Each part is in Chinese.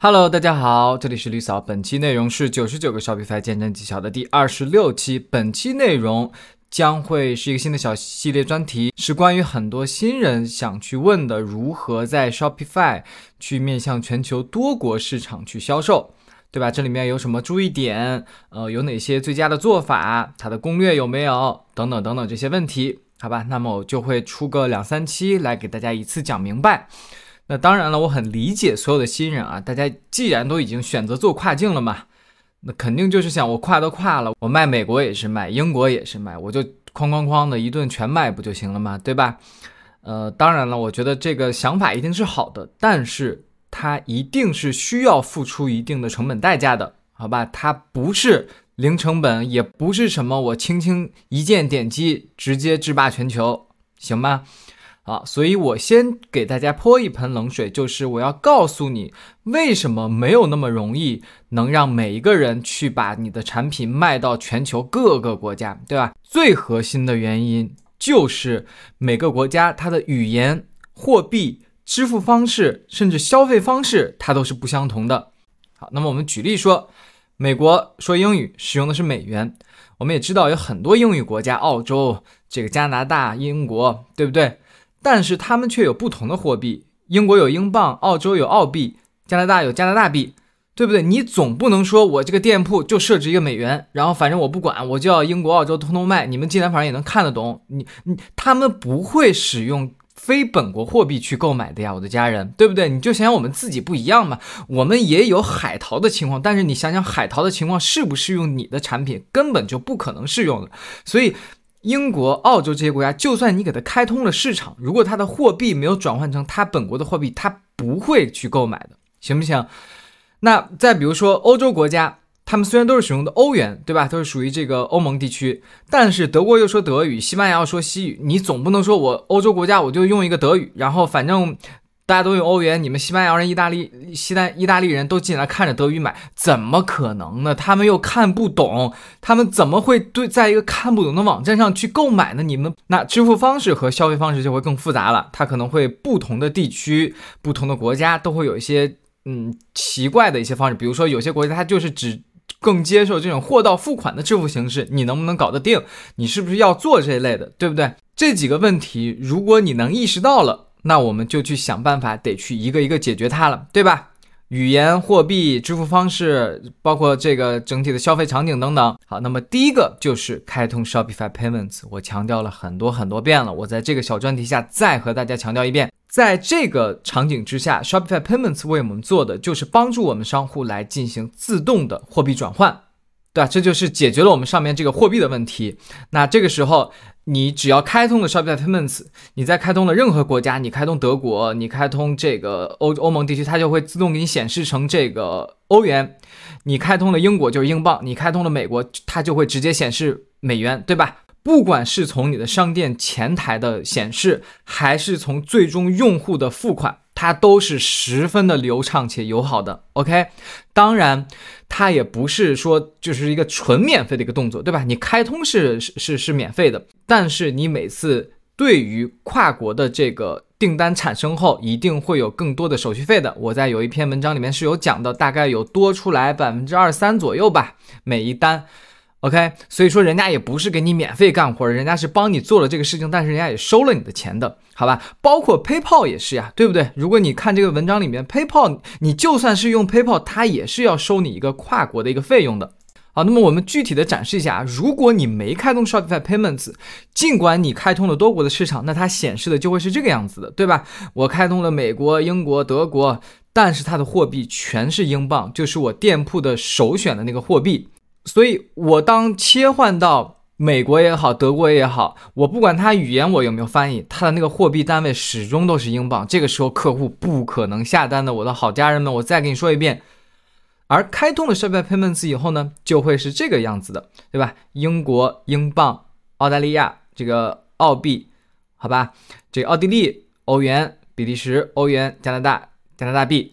Hello， 大家好，这里是吕嫂。本期内容是99个 Shopify 见证技巧的第26期。本期内容将会是一个新的小系列专题，是关于很多新人想去问的，如何在 Shopify 去面向全球多国市场去销售，对吧？这里面有什么注意点？有哪些最佳的做法？它的攻略有没有？等等等等这些问题，好吧？那么我就会出个2-3期来给大家一次讲明白。那当然了，我很理解所有的新人啊，大家既然都已经选择做跨境了嘛，那肯定就是想我跨都跨了，我卖美国也是卖，英国也是卖，我就哐的一顿全卖不就行了吗？对吧？当然了，我觉得这个想法一定是好的，但是它一定是需要付出一定的成本代价的，好吧？它不是零成本，也不是什么我轻轻一键点击直接制霸全球，行吗？好，所以我先给大家泼一盆冷水，就是我要告诉你为什么没有那么容易能让每一个人去把你的产品卖到全球各个国家，对吧？最核心的原因就是每个国家它的语言、货币、支付方式甚至消费方式它都是不相同的。好，那么我们举例说，美国说英语使用的是美元，我们也知道有很多英语国家，澳洲、加拿大、英国，对不对？但是他们却有不同的货币，英国有英镑，澳洲有澳币，加拿大有加拿大币，对不对？你总不能说我这个店铺就设置一个美元，然后反正我不管，我就要英国澳洲通通卖，你们进来反正也能看得懂。他们不会使用非本国货币去购买的呀，我的家人，对不对？你就想想我们自己不一样嘛，我们也有海淘的情况，但是你想想海淘的情况适不适用你的产品，根本就不可能适用的。所以英国、澳洲这些国家，就算你给它开通了市场，如果它的货币没有转换成它本国的货币，它不会去购买的，行不行？那再比如说欧洲国家，他们虽然都是使用的欧元，对吧？都是属于这个欧盟地区，但是德国又说德语，西班牙又说西语，你总不能说我欧洲国家我就用一个德语，然后反正大家都用欧元，你们西班牙人、意大利人都进来看着德语买，怎么可能呢？他们又看不懂，他们怎么会在一个看不懂的网站上去购买呢？你们那支付方式和消费方式就会更复杂了，它可能会不同的地区、不同的国家都会有一些奇怪的一些方式，比如说有些国家它就是只更接受这种货到付款的支付形式，你能不能搞得定？你是不是要做这一类的，对不对？这几个问题，如果你能意识到了，那我们就去想办法，得去一个一个解决它了，对吧？语言、货币、支付方式，包括这个整体的消费场景等等。好，那么第一个就是开通 Shopify Payments， 我强调了很多遍了，我在这个小专题下再和大家强调一遍。在这个场景之下， Shopify Payments 为我们做的就是帮助我们商户来进行自动的货币转换，对吧？这就是解决了我们上面这个货币的问题。那这个时候你只要开通了 Shopify Payments， 你在开通了任何国家，你开通德国，你开通这个欧盟地区，它就会自动给你显示成这个欧元。你开通了英国就是英镑，你开通了美国，它就会直接显示美元，对吧？不管是从你的商店前台的显示，还是从最终用户的付款，它都是十分的流畅且友好的 OK。 当然它也不是说就是一个纯免费的一个动作，对吧？你开通是免费的，但是你每次对于跨国的这个订单产生后，一定会有更多的手续费的。我在有一篇文章里面是有讲的，大概有多出来 2-3% 左右吧，每一单OK。 所以说人家也不是给你免费干活，人家是帮你做了这个事情，但是人家也收了你的钱的，好吧？包括 PayPal 也是呀，对不对？如果你看这个文章里面 PayPal， 你就算是用 PayPal， 它也是要收你一个跨国的一个费用的。好，那么我们具体的展示一下，如果你没开通 Shopify Payments， 尽管你开通了多国的市场，那它显示的就会是这个样子的，对吧？我开通了美国、英国、德国，但是它的货币全是英镑，就是我店铺的首选的那个货币。所以我当切换到美国也好，德国也好，我不管它语言我有没有翻译，它的那个货币单位始终都是英镑，这个时候客户不可能下单的，我的好家人们，我再给你说一遍。而开通了 Shopify Payments 以后呢，就会是这个样子的，对吧？英国、英镑、澳大利亚这个澳币，好吧？这个奥地利欧元、比利时欧元、加拿大币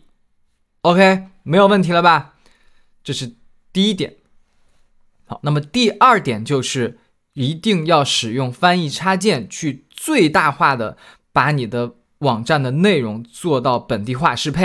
OK， 没有问题了吧？这是第一点。好，那么第二点就是一定要使用翻译插件去最大化的把你的网站的内容做到本地化适配。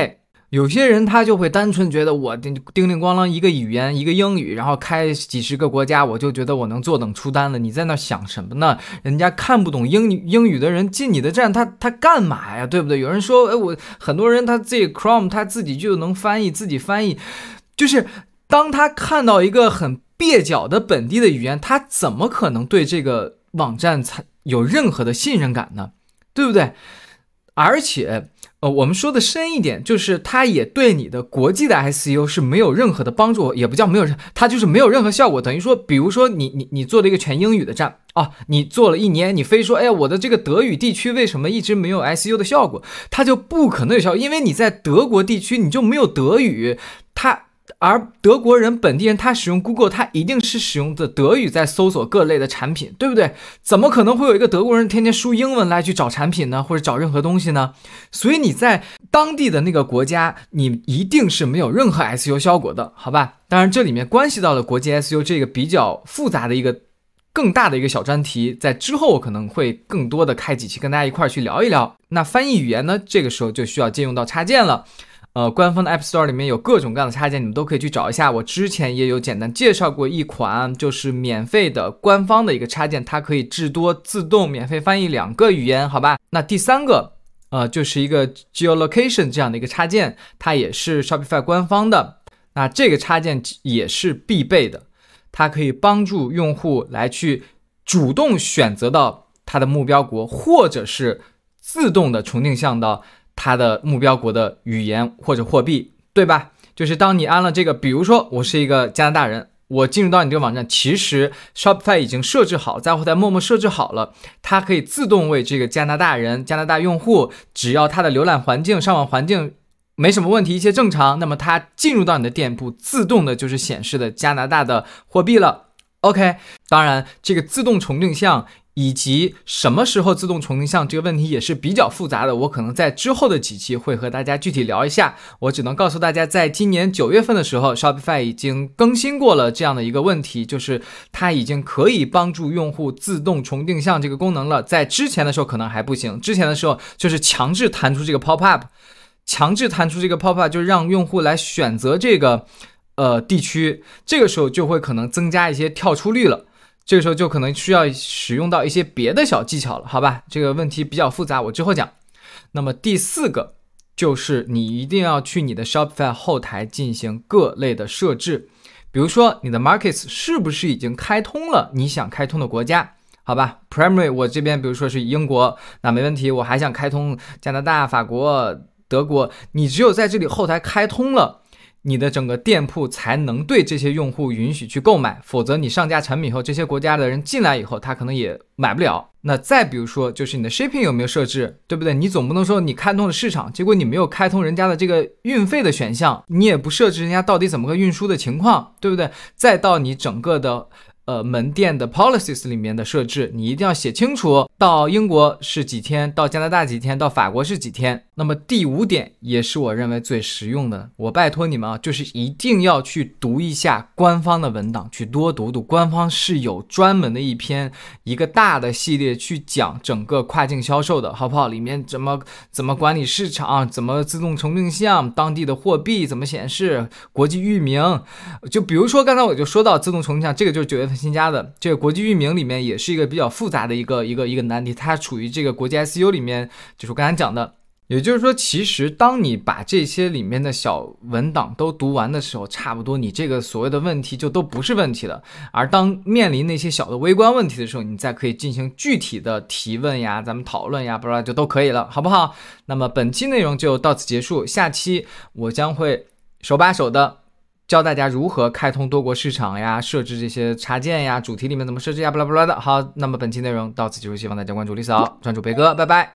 有些人他就会单纯觉得我叮叮咣啷一个语言一个英语，然后开几十个国家，我就觉得我能坐等出单了。你在那想什么呢？人家看不懂英语的人进你的站，他干嘛呀？对不对？有人说，我很多人他自己 Chrome 他自己就能翻译，自己翻译，就是当他看到一个很蹩脚的本地的语言，他怎么可能对这个网站有任何的信任感呢？对不对？而且我们说的深一点，就是它也对你的国际的 SEO 是没有任何的帮助，也不叫没有，它就是没有任何效果。等于说，比如说你做了一个全英语的站啊，你做了1年，你非说，哎呀，我的这个德语地区为什么一直没有 SEO 的效果？它就不可能有效果，因为你在德国地区你就没有德语，而德国人本地人他使用 Google， 他一定是使用的德语在搜索各类的产品，对不对？怎么可能会有一个德国人天天输英文来去找产品呢，或者找任何东西呢？所以你在当地的那个国家，你一定是没有任何 SEO 效果的，好吧？当然这里面关系到了国际 SEO 这个比较复杂的一个更大的一个小专题，在之后我可能会更多的开几期跟大家一块去聊一聊。那翻译语言呢，这个时候就需要借用到插件了。官方的 App Store 里面有各种各样的插件，你们都可以去找一下。我之前也有简单介绍过一款，就是免费的官方的一个插件，它可以至多自动免费翻译2个语言，好吧？那第3个，就是一个 Geolocation 这样的一个插件，它也是 Shopify 官方的。那这个插件也是必备的，它可以帮助用户来去主动选择到它的目标国，或者是自动的重定向到它的目标国的语言或者货币，对吧？就是当你按了这个，比如说我是一个加拿大人，我进入到你这个网站，其实 Shopify 已经设置好，在后台默默设置好了，它可以自动为这个加拿大用户，只要他的浏览环境、上网环境没什么问题，一切正常，那么它进入到你的店铺，自动的就是显示的加拿大的货币了。OK， 当然这个自动重定向以及什么时候自动重定向这个问题也是比较复杂的，我可能在之后的几期会和大家具体聊一下。我只能告诉大家，在今年9月份的时候 Shopify 已经更新过了这样的一个问题，就是它已经可以帮助用户自动重定向这个功能了。在之前的时候可能还不行，之前的时候就是强制弹出这个 pop up， 就是让用户来选择这个地区，这个时候就会可能增加一些跳出率了，这个时候就可能需要使用到一些别的小技巧了，好吧？这个问题比较复杂，我之后讲。那么第4个就是你一定要去你的 Shopify 后台进行各类的设置，比如说你的 Markets 是不是已经开通了你想开通的国家，好吧？ Primary 我这边比如说是英国，那没问题，我还想开通加拿大、法国、德国，你只有在这里后台开通了，你的整个店铺才能对这些用户允许去购买，否则你上架产品以后，这些国家的人进来以后，他可能也买不了。那再比如说，就是你的 shipping 有没有设置，对不对？你总不能说你开通了市场，结果你没有开通人家的这个运费的选项，你也不设置人家到底怎么个运输的情况，对不对？再到你整个的门店的 policies 里面的设置，你一定要写清楚，到英国是几天，到加拿大几天，到法国是几天。那么第5点也是我认为最实用的，我拜托你们啊，就是一定要去读一下官方的文档，去多读读，官方是有专门的一个大的系列去讲整个跨境销售的，好不好？里面怎么管理市场，怎么自动重定向，当地的货币怎么显示，国际域名，就比如说刚才我就说到自动重定向，这个就是9月份新加的，这个国际域名里面也是一个比较复杂的一个难题，它处于这个国际 SEO 里面，就是我刚才讲的。也就是说，其实当你把这些里面的小文档都读完的时候，差不多你这个所谓的问题就都不是问题了。而当面临那些小的微观问题的时候，你再可以进行具体的提问呀，咱们讨论呀，不然就都可以了，好不好？那么本期内容就到此结束，下期我将会手把手的教大家如何开通多国市场呀，设置这些插件呀，主题里面怎么设置呀，巴拉巴拉的。好，那么本期内容到此结束，希望大家关注李嫂，专注北哥，拜拜。